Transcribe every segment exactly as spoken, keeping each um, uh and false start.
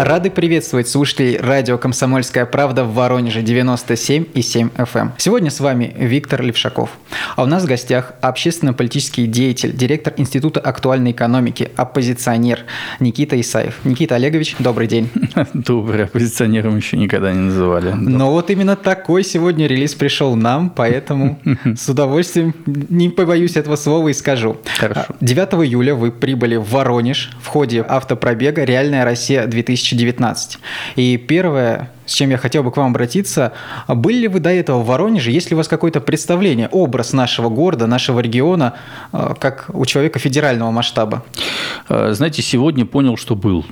Рады приветствовать слушателей радио «Комсомольская правда» в Воронеже девяносто семь и семь эф эм. Сегодня с вами Виктор Левшаков. А у нас в гостях общественно-политический деятель, директор Института актуальной экономики, оппозиционер Никита Исаев. Никита Олегович, добрый день. Добрый, оппозиционером еще никогда не называли. Но вот именно такой сегодня релиз пришел нам, поэтому с удовольствием не побоюсь этого слова и скажу. Хорошо. девятого июля вы прибыли в Воронеж в ходе автопробега «Реальная Россия две тысячи девятнадцать». И первое, с чем я хотел бы к вам обратиться, были ли вы до этого в Воронеже? Есть ли у вас какое-то представление, образ нашего города, нашего региона, как у человека федерального масштаба? Знаете, сегодня понял, что был.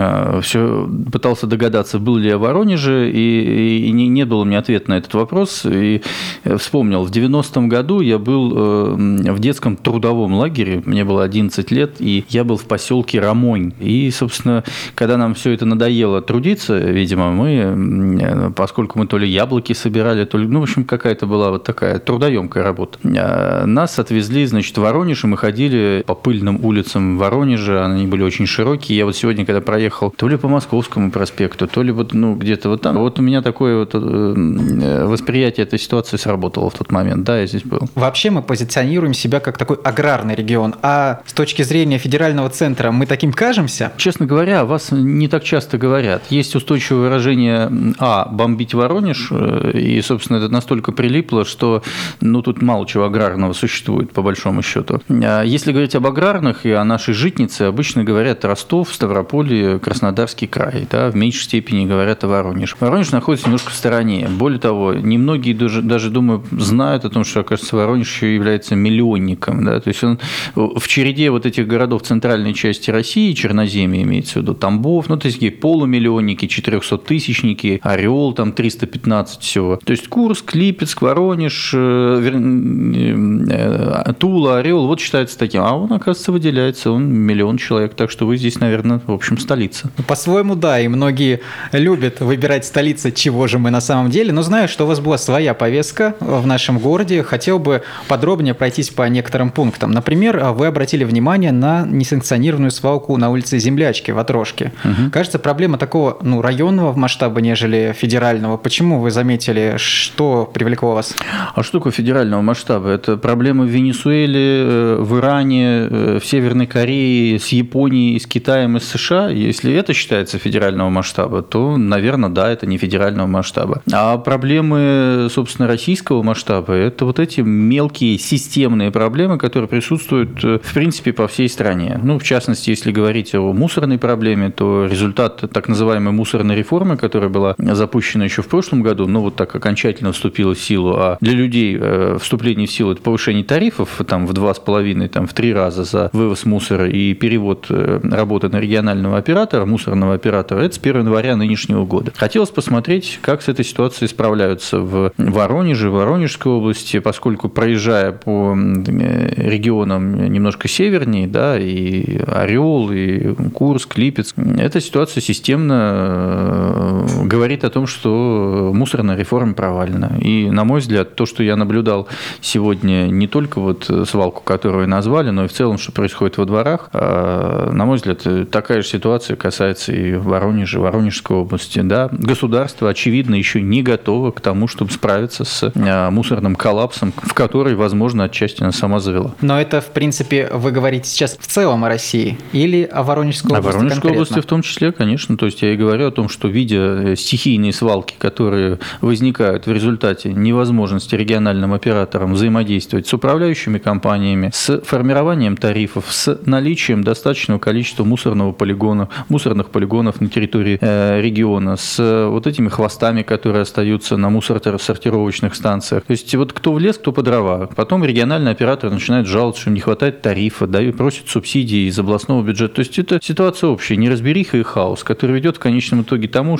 Все пытался догадаться, был ли я в Воронеже, и, и не, не было у меня ответа на этот вопрос. И вспомнил, в девяностом году я был в детском трудовом лагере, мне было одиннадцать лет, и я был в поселке Рамонь. И, собственно, когда нам все это надоело трудиться, видимо, мы, поскольку мы то ли яблоки собирали, то ли, ну, в общем, какая-то была вот такая трудоемкая работа, нас отвезли, значит, в Воронеж, и мы ходили по пыльным улицам Воронежа, они были очень широкие. Я вот сегодня, когда проехал то ли по Московскому проспекту, то ли вот, ну, где-то вот там, вот у меня такое вот восприятие этой ситуации сработало в тот момент, да, я здесь был. Вообще мы позиционируем себя как такой аграрный регион, а с точки зрения федерального центра мы таким кажемся? Честно говоря, о вас не так часто говорят. Есть устойчивое выражение «а» – бомбить Воронеж, и, собственно, это настолько прилипло, что, ну, тут мало чего аграрного существует, по большому счету. Если говорить об аграрных и о нашей житнице, обычно говорят Ростов, Ставрополь, Краснодарский край, да, в меньшей степени говорят о Воронеже. Воронеж находится немножко в стороне. Более того, немногие даже, даже, думаю, знают о том, что, оказывается, Воронеж еще является миллионником, да, то есть он в череде вот этих городов центральной части России, Черноземья имеется в виду, Тамбов, ну, то есть такие полумиллионники, четырехсоттысячники, Орел, там триста пятнадцать всего. То есть Курск, Липецк, Воронеж, Тула, Орел, вот считается таким. А он, оказывается, выделяется, он миллион человек, так что вы здесь, наверное, в общем, столица. По-своему, да, и многие любят выбирать столицу, чего же мы на самом деле, но знаю, что у вас была своя повестка в нашем городе, хотел бы подробнее пройтись по некоторым пунктам. Например, вы обратили внимание на несанкционированную свалку на улице Землячки в Отрошке. Угу. Кажется, проблема такого, ну, районного масштаба, нежели федерального. Почему вы заметили, что привлекло вас? А что такое федерального масштаба? Это проблемы в Венесуэле, в Иране, в Северной Корее, с Японией, с Китаем и с США. Если это считается федерального масштаба, то, наверное, да, это не федерального масштаба. А проблемы, собственно, российского масштаба – это вот эти мелкие системные проблемы, которые присутствуют, в принципе, по всей стране. Ну, в частности, если говорить о мусорной проблеме, то результат так называемой мусорной реформы, которая была запущена еще в прошлом году, но вот так окончательно вступила в силу, а для людей вступление в силу – это повышение тарифов там, в два с половиной, там, в три раза за вывоз мусора и перевод работы на регионального оператора, мусорного оператора, это с первого января нынешнего года. Хотелось посмотреть, как с этой ситуацией справляются в Воронеже, в Воронежской области, поскольку, проезжая по регионам немножко севернее, да, и Орел, и Курск, Липецк, эта ситуация системно говорит о том, что мусорная реформа провалена. И, на мой взгляд, то, что я наблюдал сегодня, не только вот свалку, которую назвали, но и в целом, что происходит во дворах, на мой взгляд, такая же ситуация касается и Воронежа, Воронежской области. Да. Государство, очевидно, еще не готово к тому, чтобы справиться с мусорным коллапсом, в который, возможно, отчасти она сама завела. Но это, в принципе, вы говорите сейчас в целом о России или о Воронежской области? О Воронежской конкретно? области в том числе, конечно. То есть я и говорю о том, что, видя стихийные свалки, которые возникают в результате невозможности региональным операторам взаимодействовать с управляющими компаниями, с формированием тарифов, с наличием достаточного количества мусорного полигона, мусорных полигонов на территории э, региона, с вот этими хвостами, которые остаются на мусоросортировочных станциях. То есть вот кто в лес, кто по дрова. Потом региональный оператор начинает жаловаться, что не хватает тарифа, да, и просит субсидии из областного бюджета. То есть это ситуация общая, неразбериха и хаос, который ведет в конечном итоге к тому, что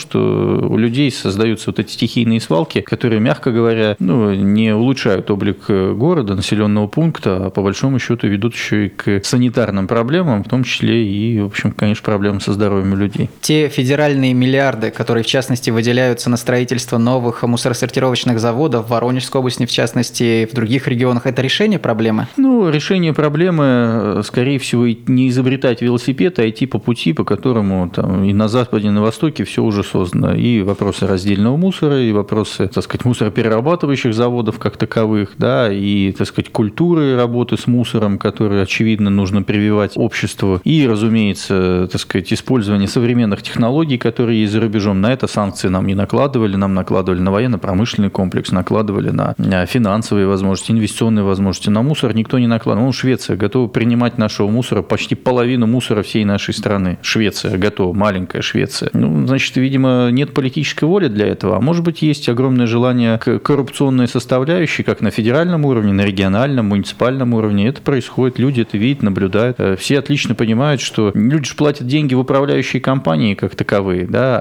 у людей создаются вот эти стихийные свалки, которые, мягко говоря, ну, не улучшают облик города, населенного пункта, а по большому счету ведут еще и к санитарным проблемам, в том числе и, в общем, конечно, проблемам со здоровьем людей. Те федеральные миллиарды, которые, в частности, выделяются на строительство новых мусоросортировочных заводов в Воронежской области, в частности, в других регионах, это решение проблемы? Ну, решение проблемы, скорее всего, не изобретать велосипед, а идти по пути, по которому там и на Западе, и на Востоке все уже создано. И вопросы раздельного мусора, и вопросы, так сказать, мусороперерабатывающих заводов как таковых, да, и, так сказать, культуры работы с мусором, которые, очевидно, нужно прививать обществу. И, разумеется, так сказать, использование современных технологий, которые есть за рубежом. На это санкции нам не накладывали, нам накладывали на военно-промышленный комплекс, накладывали на финансовые возможности, инвестиционные возможности. На мусор никто не накладывал. Ну, Швеция готова принимать нашего мусора, почти половину мусора всей нашей страны. Швеция готова, маленькая Швеция. Ну, значит, видимо, нет политической воли для этого. А может быть, есть огромное желание к коррупционной составляющей, как на федеральном уровне, на региональном, муниципальном уровне. Это происходит, люди это видят, наблюдают. Все отлично понимают, что люди же платят деньги в управляющие компании как таковые, да,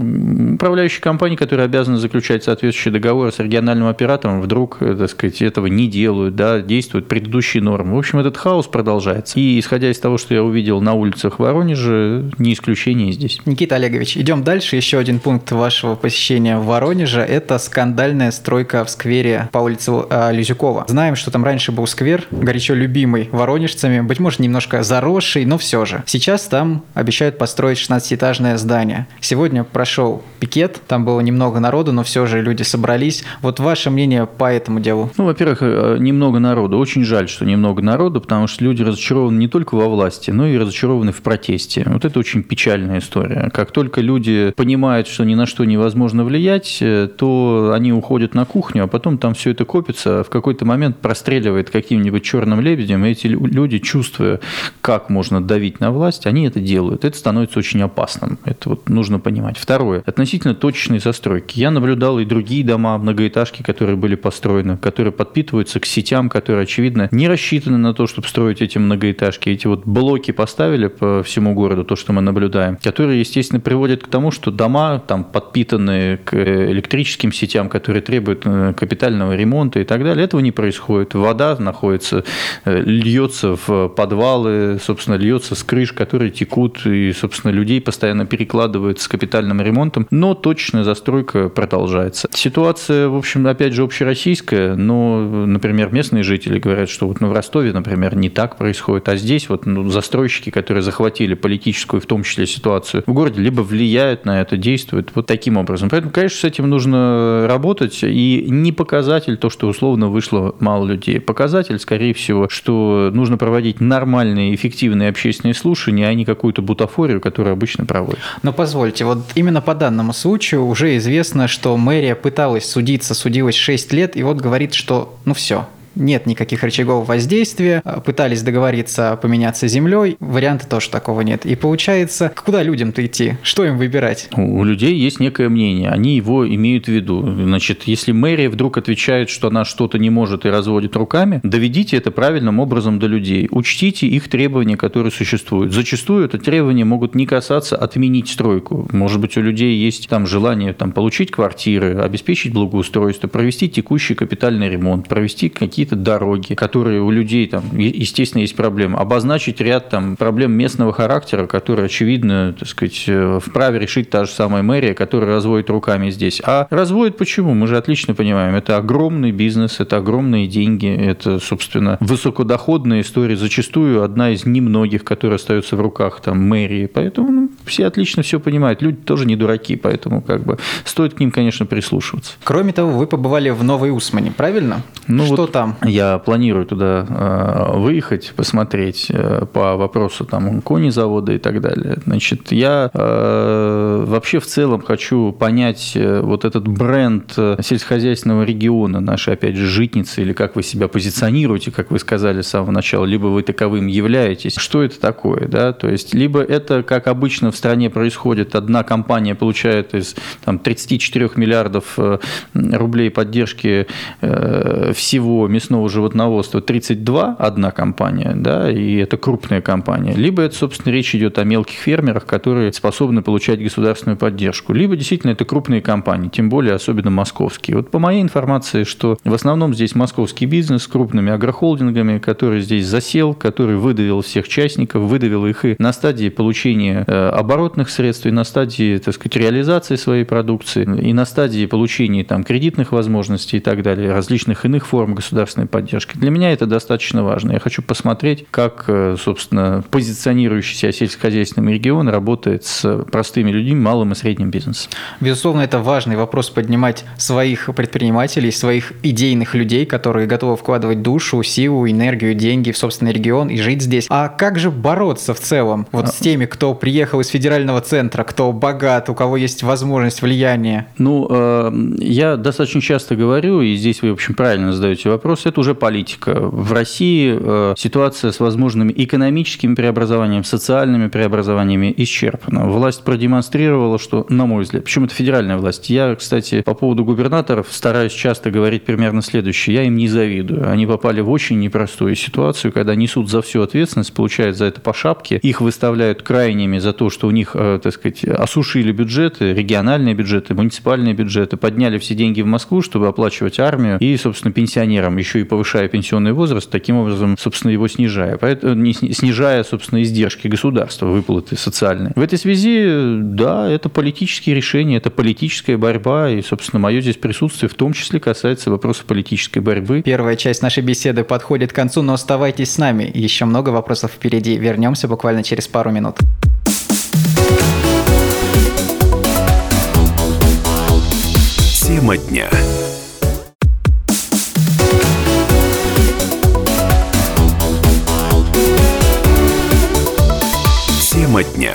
а управляющие компании, которые обязаны заключать соответствующие договоры с региональным оператором, вдруг, так сказать, этого не делают, да, действуют предыдущие нормы. В общем, этот хаос продолжается. И, исходя из того, что я увидел на улицах Воронежа, не исключение здесь. Никита Олегович, идем дальше. Еще один пункт вашего посещения в Воронеже – это скандальная стройка в сквере по улице Лизюкова. Знаем, что там раньше был сквер, горячо любимый воронежцами, быть может, немножко заросший, но все же. Сейчас там обещают построить шестнадцатиэтажное здание. Сегодня прошел пикет, там было немного народу, но все же люди собрались. Вот ваше мнение по этому делу? Ну, во-первых, немного народу. Очень жаль, что немного народу, потому что люди разочарованы не только во власти, но и разочарованы в протесте. Вот это очень печальная история. Как только люди понимают, что ни на что невозможно влиять, то они уходят на кухню, а потом там все это копится, в какой-то момент простреливает каким-нибудь черным лебедем, и эти люди, чувствуя, как можно давить на власть, они это делают. Это становится очень опасным. Это вот нужно понимать. Второе. Относительно точечной застройки. Я наблюдал и другие дома, многоэтажки, которые были построены, которые подпитываются к сетям, которые, очевидно, не рассчитаны на то, чтобы строить эти многоэтажки. Эти вот блоки поставили по всему городу, то, что мы наблюдаем, которые, естественно, приводят к тому, что дома там подпитаны к электрическим сетям, которые требуют капитального ремонта и так далее. Этого не происходит. Вода находится, льется в подвалы, собственно, льется с крыш, которые текут, и, собственно, людей постоянно перекладывают с капитальным ремонтом, но точечная застройка продолжается. Ситуация, в общем, опять же, общероссийская, но, например, местные жители говорят, что вот ну, в Ростове, например, не так происходит, а здесь вот ну, застройщики, которые захватили политическую, в том числе, ситуацию в городе, либо влияют на это, действуют вот таким образом. Поэтому, конечно, с этим нужно работать, и не показатель то, что условно вышло мало людей. Показатель, скорее всего, что нужно проводить нормальные, эффективные общественные слушания, а не какую-то бутафорию, которую обычно проводят. Но позвольте, вот именно по данному случаю уже известно, что мэрия пыталась судиться, судилась шесть лет, и вот говорит, что ну все. Нет никаких рычагов воздействия, пытались договориться поменяться землей, варианта тоже такого нет. И получается, куда людям-то идти? Что им выбирать? У людей есть некое мнение, они его имеют в виду. Значит, если мэрия вдруг отвечает, что она что-то не может и разводит руками, доведите это правильным образом до людей. Учтите их требования, которые существуют. Зачастую это требования могут не касаться отменить стройку. Может быть, у людей есть там желание там, получить квартиры, обеспечить благоустройство, провести текущий капитальный ремонт, провести какие-то дороги, которые у людей, там, естественно, есть проблемы, обозначить ряд там, проблем местного характера, которые, очевидно, так сказать, вправе решить та же самая мэрия, которая разводит руками здесь. А разводит почему? Мы же отлично понимаем, это огромный бизнес, это огромные деньги, это, собственно, высокодоходная история, зачастую одна из немногих, которая остается в руках там, мэрии, поэтому ну, все отлично все понимают, люди тоже не дураки, поэтому как бы стоит к ним, конечно, прислушиваться. Кроме того, вы побывали в Новой Усмани, правильно? Ну, что вот там? Я планирую туда выехать, посмотреть по вопросу там конезавода и так далее. Значит, я вообще в целом хочу понять вот этот бренд сельскохозяйственного региона, нашей, опять же, житницы, или как вы себя позиционируете, как вы сказали с самого начала, либо вы таковым являетесь. Что это такое, да? То есть, либо это, как обычно в стране происходит, одна компания получает из там, тридцать четыре миллиардов рублей поддержки всего мясного животноводства тридцать два, одна компания, да, и это крупная компания, либо это, собственно, речь идет о мелких фермерах, которые способны получать государственную поддержку, либо действительно это крупные компании, тем более особенно московские. Вот по моей информации, что в основном здесь московский бизнес с крупными агрохолдингами, который здесь засел, который выдавил всех частников, выдавил их и на стадии получения оборотных средств, и на стадии, так сказать, реализации своей продукции, и на стадии получения там кредитных возможностей и так далее, различных иных форм государственной поддержки. Для меня это достаточно важно. Я хочу посмотреть, как, собственно, позиционирующийся сельскохозяйственный регион работает с простыми людьми, малым и средним бизнесом. Безусловно, это важный вопрос — поднимать своих предпринимателей, своих идейных людей, которые готовы вкладывать душу, силу, энергию, деньги в собственный регион и жить здесь. А как же бороться в целом вот с теми, кто приехал из федерального центра, кто богат, у кого есть возможность влияния? Ну, я достаточно часто говорю, и здесь вы, в общем, правильно задаете вопрос, это уже политика. В России ситуация с возможными экономическими преобразованиями, социальными преобразованиями исчерпана. Власть продемонстрировала, что, на мой взгляд, причем это федеральная власть. Я, кстати, по поводу губернаторов стараюсь часто говорить примерно следующее. Я им не завидую. Они попали в очень непростую ситуацию, когда несут за всю ответственность, получают за это по шапке, их выставляют крайними за то, что у них, так сказать, осушили бюджеты, региональные бюджеты, муниципальные бюджеты, подняли все деньги в Москву, чтобы оплачивать армию и, собственно, пенсионерам, еще и повышая пенсионный возраст, таким образом, собственно, его снижая. Поэтому, не снижая, собственно, издержки государства, выплаты социальные. В этой связи, да, это политические решения, это политическая борьба, и, собственно, мое здесь присутствие в том числе касается вопроса политической борьбы. Первая часть нашей беседы подходит к концу, но оставайтесь с нами. Еще много вопросов впереди. Вернемся буквально через пару минут. Тема дня. Тема дня.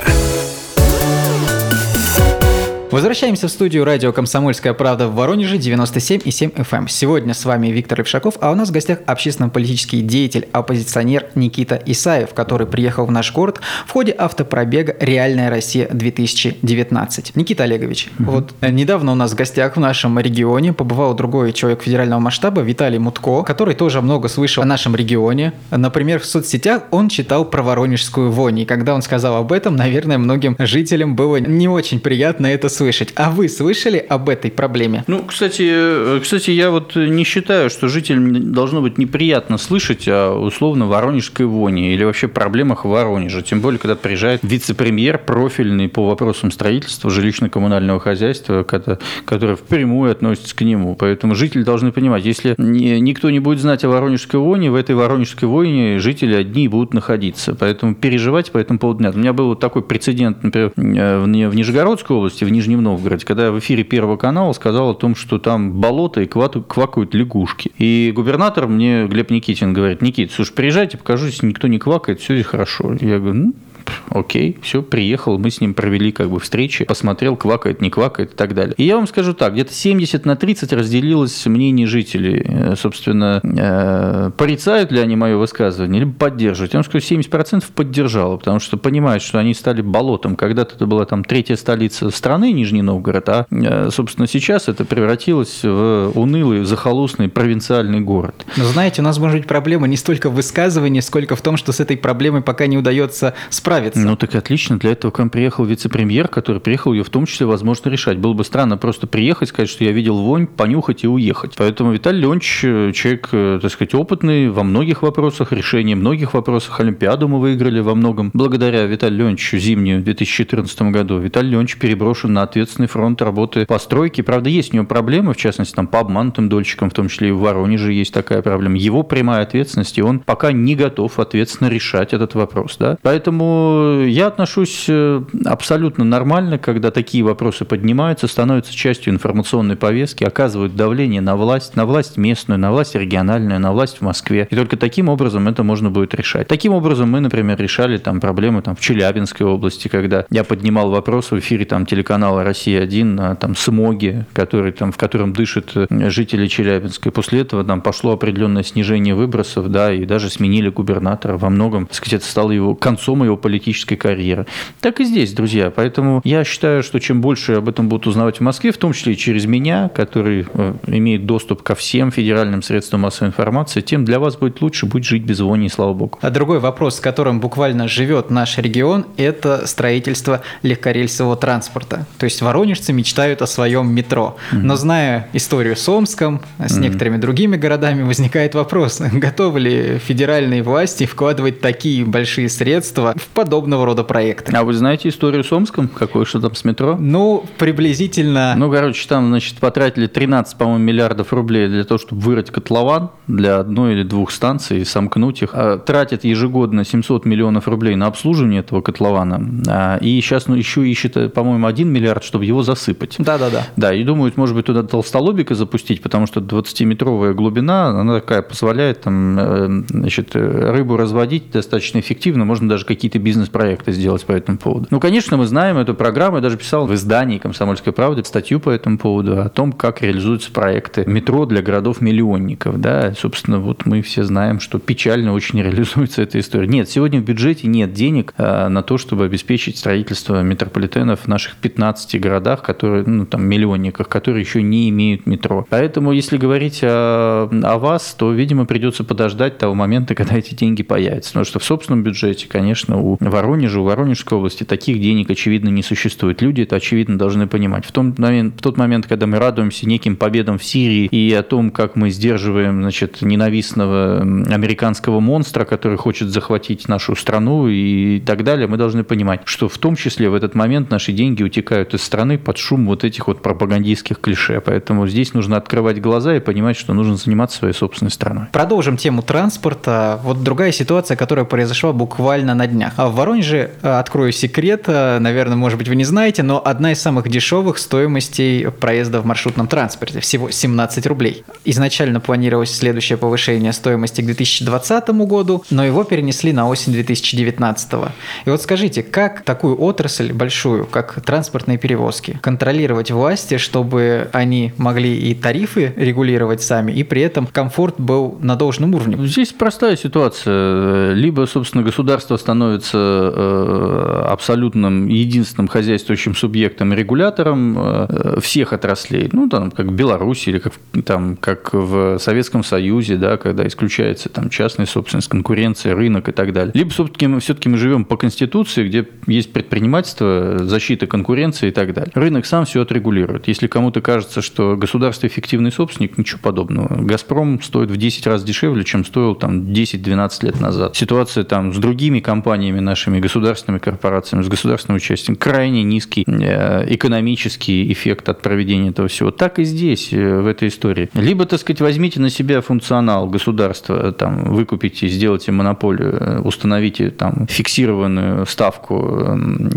Возвращаемся в студию радио «Комсомольская правда» в Воронеже, девяносто семь и семь эф эм. Сегодня с вами Виктор Ившаков, а у нас в гостях общественно-политический деятель, оппозиционер Никита Исаев, который приехал в наш город в ходе автопробега «Реальная Россия-две тысячи девятнадцать». Никита Олегович, угу. вот недавно у нас в гостях в нашем регионе побывал другой человек федерального масштаба, Виталий Мутко, который тоже много слышал о нашем регионе. Например, в соцсетях он читал про Воронежскую вонь, и когда он сказал об этом, наверное, многим жителям было не очень приятно это слышать. слышать. А вы слышали об этой проблеме? Ну, кстати, кстати, я вот не считаю, что жителям должно быть неприятно слышать о, условно, воронежской воне или вообще проблемах в Воронеже. Тем более, когда приезжает вице-премьер профильный по вопросам строительства, жилищно-коммунального хозяйства, который впрямую относится к нему. Поэтому жители должны понимать, если никто не будет знать о воронежской воне, в этой воронежской воне жители одни будут находиться. Поэтому переживать по этому поводу нет. У меня был вот такой прецедент, например, в Нижегородской области, в Нижнем Новгороде, когда я в эфире Первого канала сказал о том, что там болото и квакают лягушки. И губернатор мне, Глеб Никитин, говорит: Никит, слушай, приезжайте, покажу, если никто не квакает, все здесь хорошо. Я говорю, ну, окей, все, приехал, мы с ним провели как бы встречи, посмотрел, квакает, не квакает и так далее. И я вам скажу так, где-то семьдесят на тридцать разделилось мнение жителей. Собственно, порицают ли они мое высказывание, либо поддерживают. Я вам скажу, семьдесят процентов поддержало, потому что понимают, что они стали болотом. Когда-то это была там третья столица страны, Нижний Новгород, а, собственно, сейчас это превратилось в унылый, захолустный провинциальный город. Но знаете, у нас может быть проблема не столько в высказывании, сколько в том, что с этой проблемой пока не удается справиться. Ну так отлично, для этого к вам приехал вице-премьер, который приехал ее в том числе, возможно, решать. Было бы странно просто приехать, сказать, что я видел вонь, понюхать и уехать. Поэтому Виталий Леонидович человек, так сказать, опытный во многих вопросах, решение многих вопросов. Олимпиаду мы выиграли во многом благодаря Виталию Леонидовичу зимнюю в две тысячи четырнадцатом году. Виталий Леонидович переброшен на ответственный фронт работы по стройке. Правда, есть у него проблемы, в частности, там, по обманутым дольщикам, в том числе и в Воронеже есть такая проблема. Его прямая ответственность, и он пока не готов ответственно решать этот вопрос. Да? Поэтому я отношусь абсолютно нормально, когда такие вопросы поднимаются, становятся частью информационной повестки, оказывают давление на власть, на власть местную, на власть региональную, на власть в Москве. И только таким образом это можно будет решать. Таким образом мы, например, решали там проблемы там, в Челябинской области, когда я поднимал вопрос в эфире там, телеканала «Россия один» о там, смоге, который, там, в котором дышат жители Челябинска. И после этого там, пошло определенное снижение выбросов, да, и даже сменили губернатора. Во многом, так сказать, это стало его, концом его политики. политической карьеры. Так и здесь, друзья. Поэтому я считаю, что чем больше об этом будут узнавать в Москве, в том числе и через меня, который имеет доступ ко всем федеральным средствам массовой информации, тем для вас будет лучше, будет жить без вони, слава богу. А другой вопрос, с которым буквально живет наш регион, это строительство легкорельсового транспорта. То есть воронежцы мечтают о своем метро. Mm-hmm. Но зная историю с Омском, с mm-hmm. некоторыми другими городами, возникает вопрос, готовы ли федеральные власти вкладывать такие большие средства в подобного рода проекты. А вы знаете историю с Омском? Какое что там с метро? Ну, приблизительно... Ну, короче, там, значит, потратили тринадцать, по-моему, миллиардов рублей для того, чтобы вырыть котлован для одной или двух станций и сомкнуть их. А тратят ежегодно семьсот миллионов рублей на обслуживание этого котлована. А, и сейчас ну, еще ищет, по-моему, один миллиард, чтобы его засыпать. Да-да-да. Да, и думают, может быть, туда толстолобика запустить, потому что двадцатиметровая глубина, она такая позволяет там, значит, рыбу разводить достаточно эффективно, можно даже какие-то бизнес-проекты сделать по этому поводу. Ну, конечно, мы знаем эту программу, я даже писал в издании «Комсомольской правды» статью по этому поводу о том, как реализуются проекты метро для городов-миллионников. Да, собственно, вот мы все знаем, что печально очень реализуется эта история. Нет, сегодня в бюджете нет денег на то, чтобы обеспечить строительство метрополитенов в наших пятнадцати городах, которые, ну, там, миллионниках, которые еще не имеют метро. Поэтому, если говорить о, о вас, то, видимо, придется подождать того момента, когда эти деньги появятся. Потому что в собственном бюджете, конечно, у Воронежа, у Воронежской области таких денег, очевидно, не существует. Люди это, очевидно, должны понимать. В, том момент, в тот момент, когда мы радуемся неким победам в Сирии и о том, как мы сдерживаем, значит, ненавистного американского монстра, который хочет захватить нашу страну и так далее, мы должны понимать, что в том числе в этот момент наши деньги утекают из страны под шум вот этих вот пропагандистских клише. Поэтому здесь нужно открывать глаза и понимать, что нужно заниматься своей собственной страной. Продолжим тему транспорта. Вот другая ситуация, которая произошла буквально на днях. А в Воронеже, открою секрет, наверное, может быть, вы не знаете, но одна из самых дешевых стоимостей проезда в маршрутном транспорте. Всего семнадцать рублей. Изначально планировалось следующее повышение стоимости к две тысячи двадцатому году, но его перенесли на осень две тысячи девятнадцатого. И вот скажите, как такую отрасль большую, как транспортные перевозки, контролировать власти, чтобы они могли и тарифы регулировать сами, и при этом комфорт был на должном уровне? Здесь простая ситуация. Либо, собственно, государство становится абсолютным единственным хозяйствующим субъектом, регулятором всех отраслей, ну, там, как в Беларуси или как, там, как в Советском Союзе, да, когда исключается там, частная собственность, конкуренция, рынок и так далее. Либо все-таки мы, все-таки мы живем по Конституции, где есть предпринимательство, защита конкуренции и так далее. Рынок сам все отрегулирует. Если кому-то кажется, что государство эффективный собственник, ничего подобного. «Газпром» стоит в десять раз дешевле, чем стоил там десять-двенадцать лет назад. Ситуация там с другими компаниями нашими, государственными корпорациями, с государственным участием, крайне низкий экономический эффект от проведения этого всего. Так и здесь, в этой истории. Либо, так сказать, возьмите на себя функционал государства, там, выкупите, сделайте монополию, установите там фиксированную ставку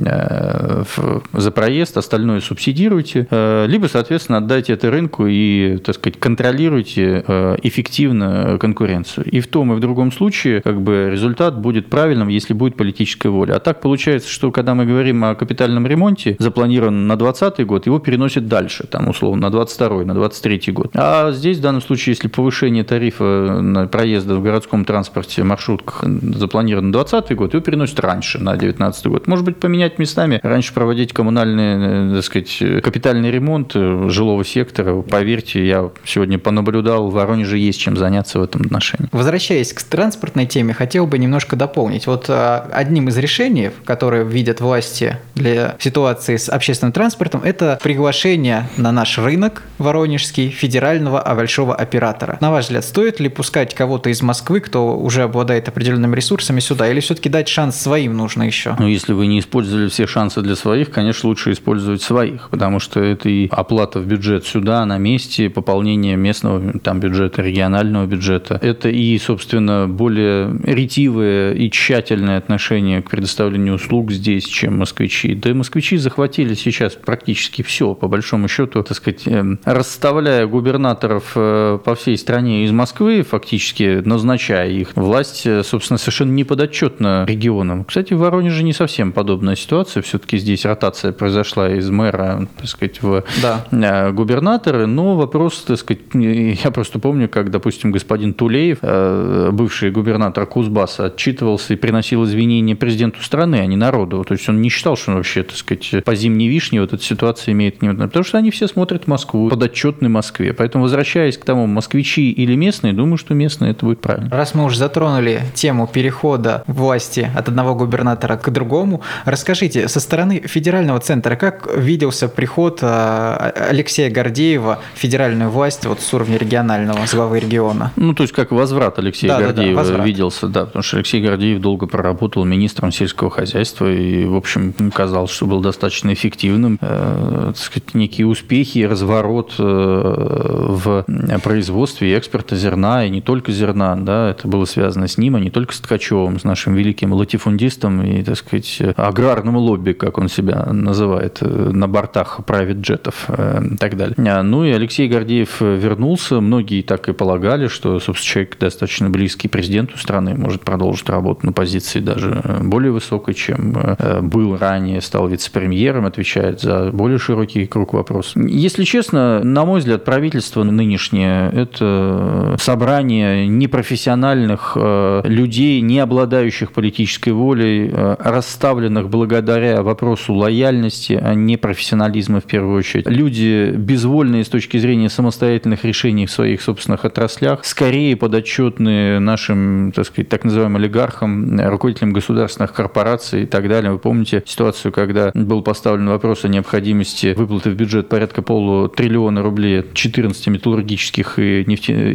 за проезд, остальное субсидируйте, либо, соответственно, отдайте это рынку и, так сказать, контролируйте эффективно конкуренцию. И в том, и в другом случае, как бы, результат будет правильным, если будет политическая воля. А так получается, что когда мы говорим о капитальном ремонте, запланированном на двадцатый год, его переносят дальше, там, условно, на двадцать второй, на двадцать третий год. А здесь, в данном случае, если повышение тарифа на проезды в городском транспорте, маршрутках запланировано на двадцатый год, его переносят раньше, на девятнадцатый год. Может быть, поменять местами, раньше проводить коммунальный, так сказать, капитальный ремонт жилого сектора. Поверьте, я сегодня понаблюдал, в Воронеже есть чем заняться в этом отношении. Возвращаясь к транспортной теме, хотел бы немножко дополнить. Вот одним из решений, которые видят власти для ситуации с общественным транспортом, это приглашение на наш рынок воронежский федерального большого оператора. На ваш взгляд, стоит ли пускать кого-то из Москвы, кто уже обладает определенными ресурсами, сюда, или все-таки дать шанс своим нужно еще? Ну, если вы не использовали все шансы для своих, конечно, лучше использовать своих, потому что это и оплата в бюджет сюда, на месте, пополнение местного там, бюджета, регионального бюджета. Это и, собственно, более ретивое и тщательное отношение к предоставлению услуг здесь, чем москвичи. Да и москвичи захватили сейчас практически все, по большому счету, так сказать, расставляя губернаторов по всей стране из Москвы, фактически назначая их. Власть, собственно, совершенно не подотчетна регионам. Кстати, в Воронеже не совсем подобная ситуация. Все-таки здесь ротация произошла из мэра, так сказать, в да. губернаторы. Но вопрос, так сказать, я просто помню, как, допустим, господин Тулеев, бывший губернатор Кузбасса, отчитывался и приносил извинения подчинение президенту страны, а не народу. То есть он не считал, что он вообще, так сказать, по зимней вишне вот эта ситуация имеет... Потому что они все смотрят в Москву, подотчетны Москве. Поэтому, возвращаясь к тому, москвичи или местные, думаю, что местные, это будет правильно. Раз мы уже затронули тему перехода власти от одного губернатора к другому, расскажите, со стороны федерального центра, как виделся приход Алексея Гордеева в федеральную власть вот с уровня регионального, с главы региона? Ну, то есть, как возврат Алексея да, Гордеева да, да, возврат. виделся, да, потому что Алексей Гордеев долго проработал министром сельского хозяйства и, в общем, казалось, что был достаточно эффективным. Э, так сказать, некие успехи, разворот э, в производстве и экспорте зерна, и не только зерна, да, это было связано с ним, а не только с Ткачевым, с нашим великим латифундистом и, так сказать, аграрным лобби, как он себя называет, на бортах прайвет-джетов и так далее. Ну и Алексей Гордеев вернулся, многие так и полагали, что, собственно, человек достаточно близкий президенту страны, может продолжить работу на позиции даже более высокой, чем был ранее, стал вице-премьером, отвечает за более широкий круг вопросов. Если честно, на мой взгляд, правительство нынешнее – это собрание непрофессиональных людей, не обладающих политической волей, расставленных благодаря вопросу лояльности, а не профессионализма в первую очередь. Люди, безвольные с точки зрения самостоятельных решений в своих собственных отраслях, скорее подотчетные нашим, так сказать, так называемым олигархам, руководителям государственных корпораций и так далее. Вы помните ситуацию, когда был поставлен вопрос о необходимости выплаты в бюджет порядка полутриллиона рублей от четырнадцати металлургических и, нефте...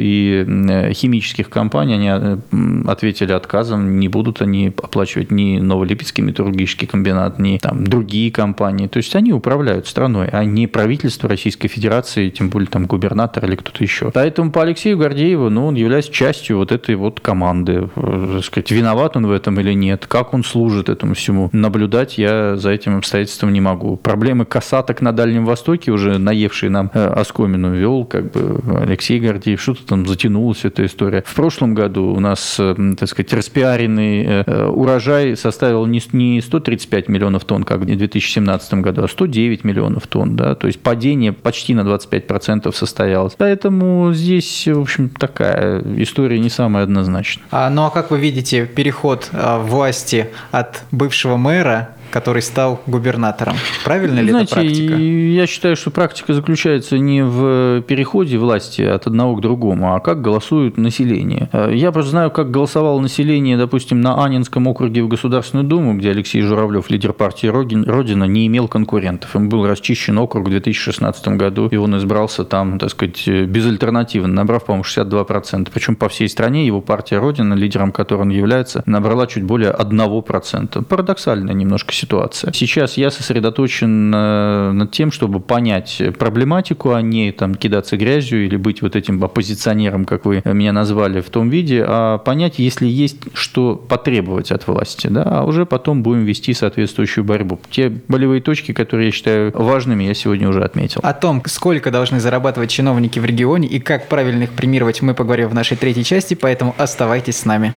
и химических компаний, они ответили отказом, не будут они оплачивать ни Новолипецкий металлургический комбинат, ни там другие компании. То есть они управляют страной, а не правительство Российской Федерации, тем более там губернатор или кто-то еще. Поэтому по Алексею Гордееву, ну, он является частью вот этой вот команды. Так сказать, виноват он в этом или нет, как он служит этому всему. Наблюдать я за этим обстоятельством не могу. Проблемы касаток на Дальнем Востоке, уже наевшие нам оскомину, вел как бы Алексей Гордеев. Что-то там затянулась эта история. В прошлом году у нас, так сказать, распиаренный урожай составил не сто тридцать пять миллионов тонн, как в две тысячи семнадцатом году, а сто девять миллионов тонн. Да? То есть падение почти на двадцать пять процентов состоялось. Поэтому здесь, в общем, такая история не самая однозначная. А, ну а как вы видите переход а, власти от бывшего мэра, который стал губернатором? Правильно ли Знаете, это практика? Я считаю, что практика заключается не в переходе власти от одного к другому, а как голосует население. Я просто знаю, как голосовало население, допустим, на Аннинском округе в Государственную Думу, где Алексей Журавлев, лидер партии «Родина», не имел конкурентов. Им был расчищен округ в две тысячи шестнадцатом году, и он избрался там, так сказать, безальтернативно, набрав, по-моему, шестьдесят два процента. Причем по всей стране его партия «Родина», лидером которой он является, набрала чуть более одного процента. Парадоксальная немножко ситуация. Сейчас я сосредоточен над тем, чтобы понять проблематику, а не там кидаться грязью или быть вот этим оппозиционером, как вы меня назвали, в том виде, а понять, если есть что потребовать от власти, да, а уже потом будем вести соответствующую борьбу. Те болевые точки, которые я считаю важными, я сегодня уже отметил. О том, сколько должны зарабатывать чиновники в регионе и как правильно их премировать, мы поговорим в нашей третьей части, поэтому оставайтесь с нами.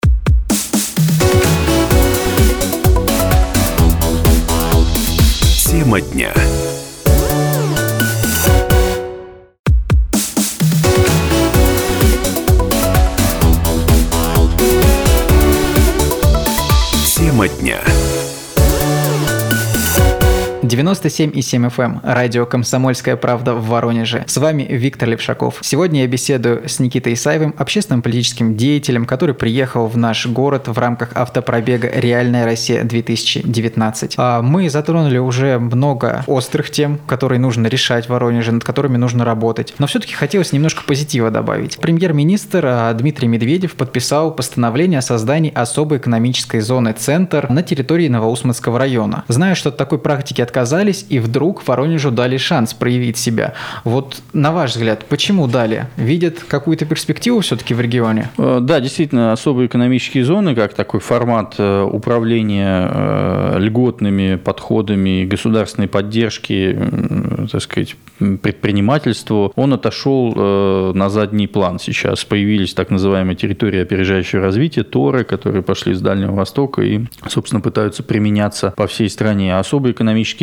Тема дня. Тема дня. девяносто семь и семь эф эм, радио «Комсомольская правда» в Воронеже. С вами Виктор Левшаков. Сегодня я беседую с Никитой Исаевым, общественным политическим деятелем, который приехал в наш город в рамках автопробега «Реальная Россия-две тысячи девятнадцать». Мы затронули уже много острых тем, которые нужно решать в Воронеже, над которыми нужно работать. Но все-таки хотелось немножко позитива добавить. Премьер-министр Дмитрий Медведев подписал постановление о создании особой экономической зоны «Центр» на территории Новоусманского района. Знаю, что от такой практики отказались, и вдруг Воронежу дали шанс проявить себя. Вот на ваш взгляд, почему дали? Видят какую-то перспективу все-таки в регионе? Да, действительно, особые экономические зоны, как такой формат управления льготными подходами государственной поддержки, так сказать, предпринимательству, он отошел на задний план сейчас. Появились так называемые территории опережающего развития, ТОРы, которые пошли с Дальнего Востока и, собственно, пытаются применяться по всей стране. Особые экономические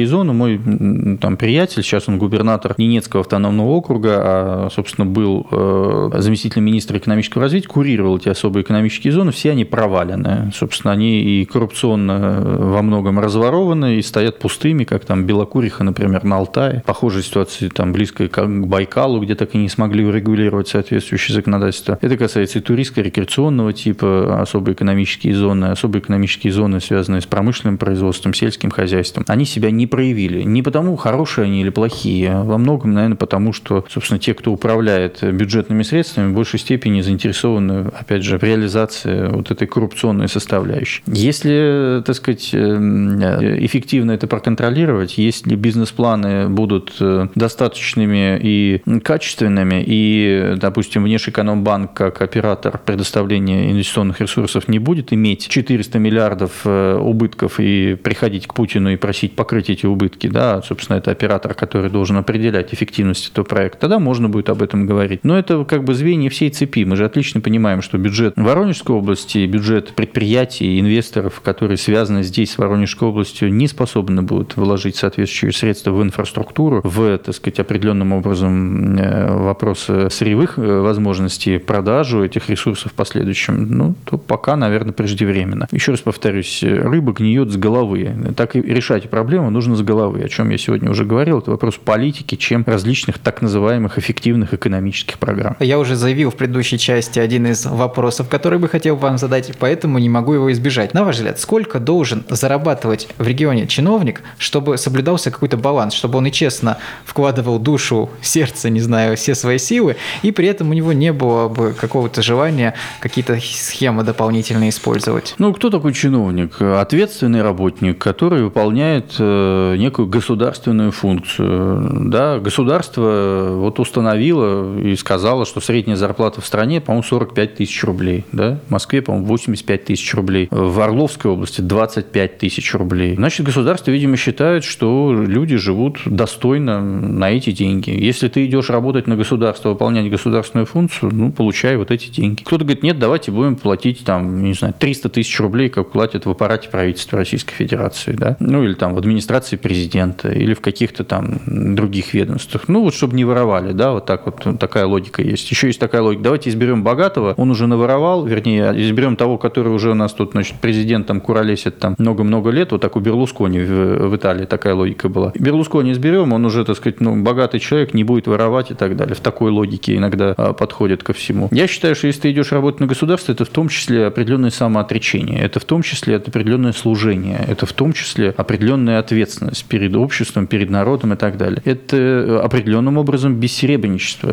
зоны. Мой там приятель, сейчас он губернатор Ненецкого автономного округа, а, собственно, был э, заместителем министра экономического развития, курировал эти особые экономические зоны, все они провалены. Собственно, они и коррупционно во многом разворованы, и стоят пустыми, как там Белокуриха, например, на Алтае. Похожая ситуация там близко к Байкалу, где так и не смогли урегулировать соответствующее законодательство. Это касается и туристско-рекреационного типа, особые экономические зоны, особые экономические зоны, связанные с промышленным производством, сельским хозяйством. Они себя не проявили. Не потому, хорошие они или плохие, а во многом, наверное, потому что, собственно, те, кто управляет бюджетными средствами, в большей степени заинтересованы, опять же, в реализации вот этой коррупционной составляющей. Если, так сказать, эффективно это проконтролировать, если бизнес-планы будут достаточными и качественными, и, допустим, Внешэкономбанк как оператор предоставления инвестиционных ресурсов не будет иметь четыреста миллиардов убытков и приходить к Путину и просить покрыть эти убытки, да, собственно, это оператор, который должен определять эффективность этого проекта, тогда можно будет об этом говорить. Но это как бы звенья всей цепи. Мы же отлично понимаем, что бюджет Воронежской области, бюджет предприятий, инвесторов, которые связаны здесь с Воронежской областью, не способны будут вложить соответствующие средства в инфраструктуру, в, так сказать, определенным образом вопросы сырьевых возможностей, продажу этих ресурсов в последующем, ну, то пока, наверное, преждевременно. Еще раз повторюсь, рыба гниет с головы. Так и решать проблему нужно с головы, о чем я сегодня уже говорил. Это вопрос политики, чем различных так называемых эффективных экономических программ. Я уже заявил в предыдущей части один из вопросов, который бы хотел вам задать, поэтому не могу его избежать. На ваш взгляд, сколько должен зарабатывать в регионе чиновник, чтобы соблюдался какой-то баланс, чтобы он и честно вкладывал душу, сердце, не знаю, все свои силы, и при этом у него не было бы какого-то желания какие-то схемы дополнительные использовать? Ну, кто такой чиновник? Ответственный работник, который выполняет некую государственную функцию. Да, государство вот установило и сказало, что средняя зарплата в стране, по-моему, сорок пять тысяч рублей. Да? В Москве, по-моему, восемьдесят пять тысяч рублей. В Орловской области двадцать пять тысяч рублей. Значит, государство, видимо, считает, что люди живут достойно на эти деньги. Если ты идешь работать на государство, выполнять государственную функцию, ну, получай вот эти деньги. Кто-то говорит, нет, давайте будем платить, там, не знаю, триста тысяч рублей, как платят в аппарате правительства Российской Федерации, да? Ну, или там в администрации президента, или в каких-то там других ведомствах. Ну, вот чтобы не воровали, да, вот так вот такая логика есть. Еще есть такая логика. Давайте изберем богатого, он уже наворовал, вернее, изберем того, который уже у нас тут, значит, президентом куролесит там много-много лет, вот так у Берлускони в, в Италии такая логика была. Берлускони изберем, он уже, так сказать, ну, богатый человек, не будет воровать и так далее. В такой логике иногда а, подходит ко всему. Я считаю, что если ты идешь работать на государство, это в том числе определенное самоотречение, это в том числе определенное служение, это в том числе определенная ответственность перед обществом, перед народом и так далее. Это определенным образом бессеребренничество,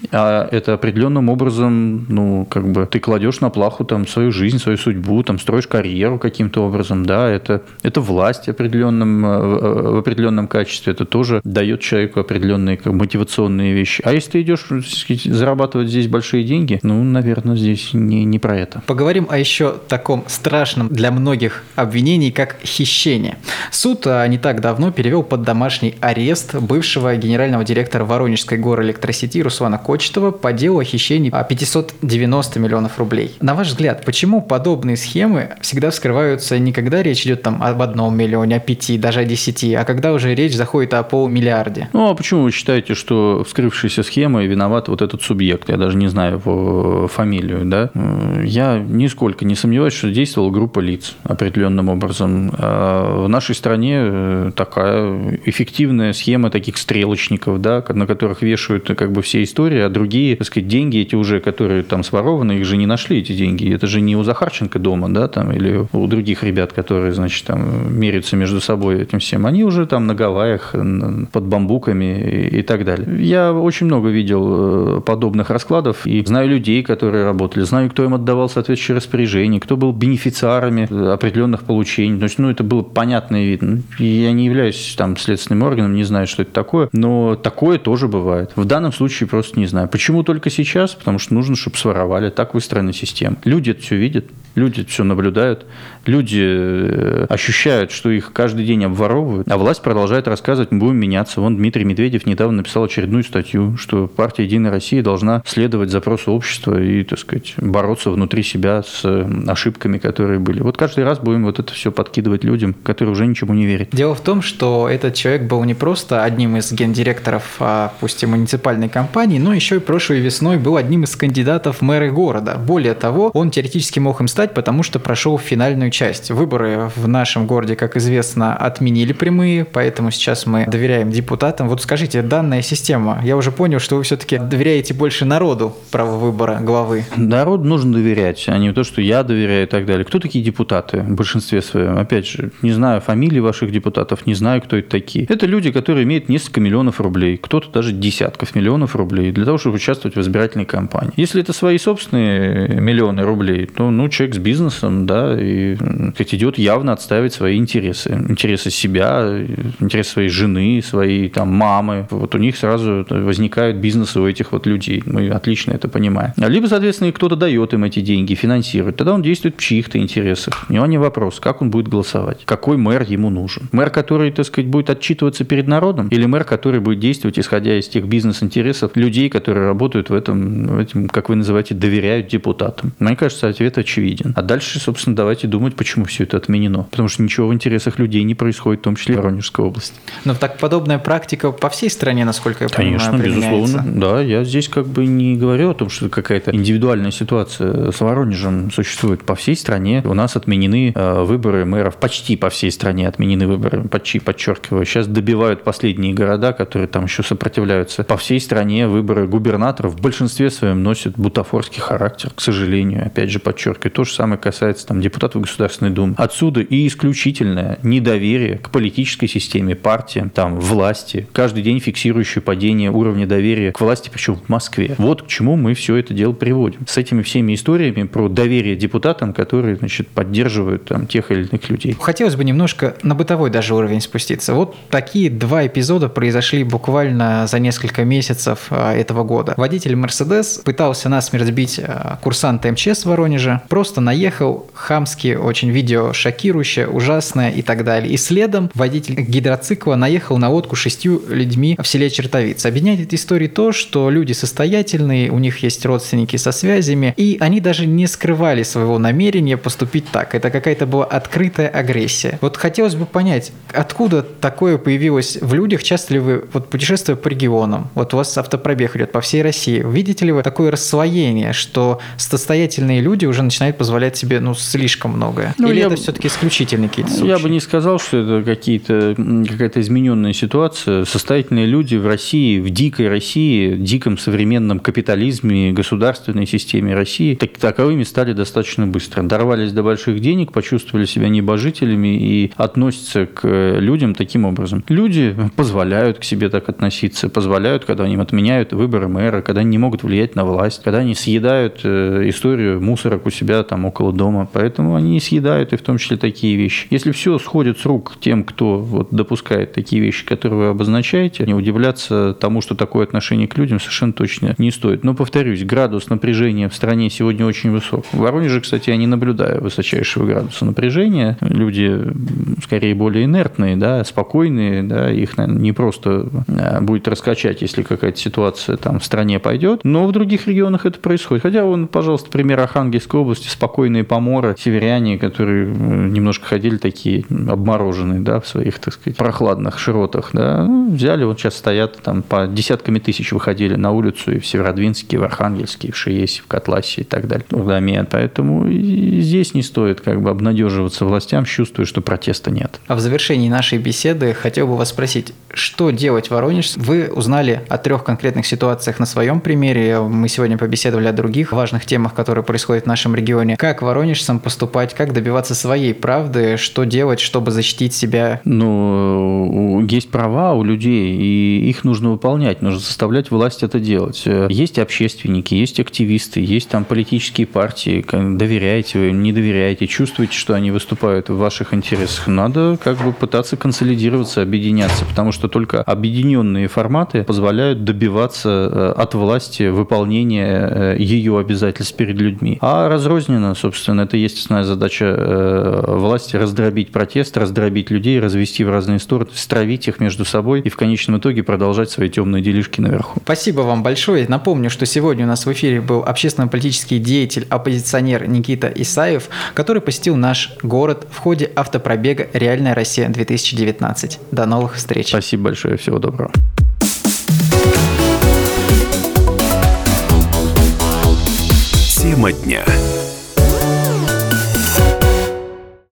а это определенным образом, ну, как бы ты кладешь на плаху там свою жизнь, свою судьбу, там строишь карьеру каким-то образом, да, это, это власть определенном, в определенном качестве, это тоже дает человеку определенные как, мотивационные вещи. А если ты идешь зарабатывать здесь большие деньги, ну, наверное, здесь не, не про это. Поговорим о еще таком страшном для многих обвинении, как хищение. Суд не так давно перевел под домашний арест бывшего генерального директора Воронежской горэлектросети Руслана Кочетова по делу о хищении пятьсот девяносто миллионов рублей. На ваш взгляд, почему подобные схемы всегда вскрываются не когда речь идет там об одном миллионе, о пяти, даже о десяти, а когда уже речь заходит о полмиллиарде? Ну, а почему вы считаете, что вскрывшейся схемой виноват вот этот субъект? Я даже не знаю его фамилию, да? Я нисколько не сомневаюсь, что действовала группа лиц определенным образом. А в нашей стране такая эффективная схема таких стрелочников, да, на которых вешают как бы все истории, а другие, так сказать, деньги эти уже, которые там сворованы, их же не нашли, эти деньги. Это же не у Захарченко дома, да, там, или у других ребят, которые, значит, там меряются между собой этим всем. Они уже там на Гавайях, под бамбуками и, и так далее. Я очень много видел подобных раскладов и знаю людей, которые работали, знаю, кто им отдавал соответствующие распоряжения, кто был бенефициарами определенных получений. То есть, ну, это было понятно и видно. Я не являюсь там следственным органом, не знаю, что это такое, но такое тоже бывает. В данном случае просто не знаю. Почему только сейчас? Потому что нужно, чтобы своровали. Так выстроена система. Люди это все видят. Люди все наблюдают, люди ощущают, что их каждый день обворовывают, а власть продолжает рассказывать, мы будем меняться. Вон Дмитрий Медведев недавно написал очередную статью, что партия «Единая Россия» должна следовать запросу общества и, так сказать, бороться внутри себя с ошибками, которые были. Вот каждый раз будем вот это все подкидывать людям, которые уже ничему не верят. Дело в том, что этот человек был не просто одним из гендиректоров, а, пусть и муниципальной компании, но еще и прошлой весной был одним из кандидатов в мэры города. Более того, он теоретически мог им стать, потому что прошел финальную часть. Выборы в нашем городе, как известно, отменили прямые, поэтому сейчас мы доверяем депутатам. Вот скажите, данная система, я уже понял, что вы все-таки доверяете больше народу право выбора главы. Народу нужно доверять, а не то, что я доверяю и так далее. Кто такие депутаты в большинстве своем? Опять же, не знаю фамилии ваших депутатов, не знаю, кто это такие. Это люди, которые имеют несколько миллионов рублей, кто-то даже десятков миллионов рублей для того, чтобы участвовать в избирательной кампании. Если это свои собственные миллионы рублей, то ну, человек с бизнесом, да, и сказать, идет явно отстаивать свои интересы. Интересы себя, интересы своей жены, своей там, мамы. Вот у них сразу возникают бизнесы у этих вот людей. Мы отлично это понимаем. Либо, соответственно, кто-то дает им эти деньги, финансирует. Тогда он действует в чьих-то интересах. У него не вопрос, как он будет голосовать, какой мэр ему нужен. Мэр, который, так сказать, будет отчитываться перед народом, или мэр, который будет действовать, исходя из тех бизнес-интересов людей, которые работают в этом, в этом, как вы называете, доверяют депутатам. Мне кажется, ответ очевиден. А дальше, собственно, давайте думать, почему все это отменено. Потому что ничего в интересах людей не происходит, в том числе в Воронежской области. Но так подобная практика по всей стране, насколько я понимаю, конечно, применяется. Безусловно. Да, я здесь как бы не говорю о том, что какая-то индивидуальная ситуация с Воронежем существует. По всей стране у нас отменены выборы мэров, почти по всей стране отменены выборы, почти, подчеркиваю. Сейчас добивают последние города, которые там еще сопротивляются. По всей стране выборы губернаторов в большинстве своем носят бутафорский характер, к сожалению. Опять же, подчеркиваю, то же самое касается там, депутатов Государственной Думы. Отсюда и исключительное недоверие к политической системе, партиям, там, власти, каждый день фиксирующее падение уровня доверия к власти, причем в Москве. Вот к чему мы все это дело приводим. С этими всеми историями про доверие депутатам, которые, значит, поддерживают там, тех или иных людей. Хотелось бы немножко на бытовой даже уровень спуститься. Вот такие два эпизода произошли буквально за несколько месяцев этого года. Водитель «Мерседес» пытался насмерть сбить курсанта эм че эс в Воронеже, просто наехал, хамски, очень видео шокирующее, ужасное и так далее. И следом водитель гидроцикла наехал на лодку шестью людьми в селе Чертовица. Объединяет этой истории то, что люди состоятельные, у них есть родственники со связями, и они даже не скрывали своего намерения поступить так. Это какая-то была открытая агрессия. Вот хотелось бы понять, откуда такое появилось в людях? Часто ли вы, вот путешествуя по регионам, вот у вас автопробег идет по всей России, видите ли вы такое рассвоение, что состоятельные люди уже начинают позволять себе, ну, слишком многое? Ну, Или это бы, все-таки исключительные какие-то случаи? Я бы не сказал, что это какие-то, какая-то измененная ситуация. Состоятельные люди в России, в дикой России, в диком современном капитализме, государственной системе России, так, таковыми стали достаточно быстро. Дорвались до больших денег, почувствовали себя небожителями и относятся к людям таким образом. Люди позволяют к себе так относиться, позволяют, когда они отменяют выборы мэра, когда они не могут влиять на власть, когда они съедают историю мусорок у себя там около дома. Поэтому они съедают и в том числе такие вещи. Если все сходит с рук тем, кто вот допускает такие вещи, которые вы обозначаете, не удивляться тому, что такое отношение к людям совершенно точно не стоит. Но, повторюсь, градус напряжения в стране сегодня очень высок. В Воронеже, кстати, я не наблюдаю высочайшего градуса напряжения. Люди скорее более инертные, да, спокойные, да, их, наверное, не просто будет раскачать, если какая-то ситуация там в стране пойдет, но в других регионах это происходит. Хотя, вон, пожалуйста, пример Архангельской области, спокойные поморы, северяне, которые немножко ходили такие обмороженные, да, в своих, так сказать, прохладных широтах, да, ну, взяли, вот сейчас стоят там по десятками тысяч выходили на улицу и в Северодвинске, и в Архангельске, и в Шиесе, в Котласе и так далее. Поэтому и здесь не стоит как бы обнадеживаться властям, чувствуя, что протеста нет. А в завершении нашей беседы хотел бы вас спросить, что делать в Воронеже? Вы узнали о трех конкретных ситуациях на своем примере. Мы сегодня побеседовали о других важных темах, которые происходят в нашем регионе. Как воронежцам поступать, как добиваться своей правды, что делать, чтобы защитить себя? Ну, есть права у людей, и их нужно выполнять, нужно заставлять власть это делать. Есть общественники, есть активисты, есть там политические партии. Доверяете вы, не доверяете, чувствуете, что они выступают в ваших интересах. Надо как бы пытаться консолидироваться, объединяться, потому что только объединенные форматы позволяют добиваться от власти выполнения ее обязательств перед людьми. А разрозненно правильно. Собственно, это и есть основная задача власти – раздробить протест, раздробить людей, развести в разные стороны, стравить их между собой и в конечном итоге продолжать свои темные делишки наверху. Спасибо вам большое. Напомню, что сегодня у нас в эфире был общественно-политический деятель, оппозиционер Никита Исаев, который посетил наш город в ходе автопробега «Реальная Россия-две тысячи девятнадцать». До новых встреч. Спасибо большое. Всего доброго. Тема дня.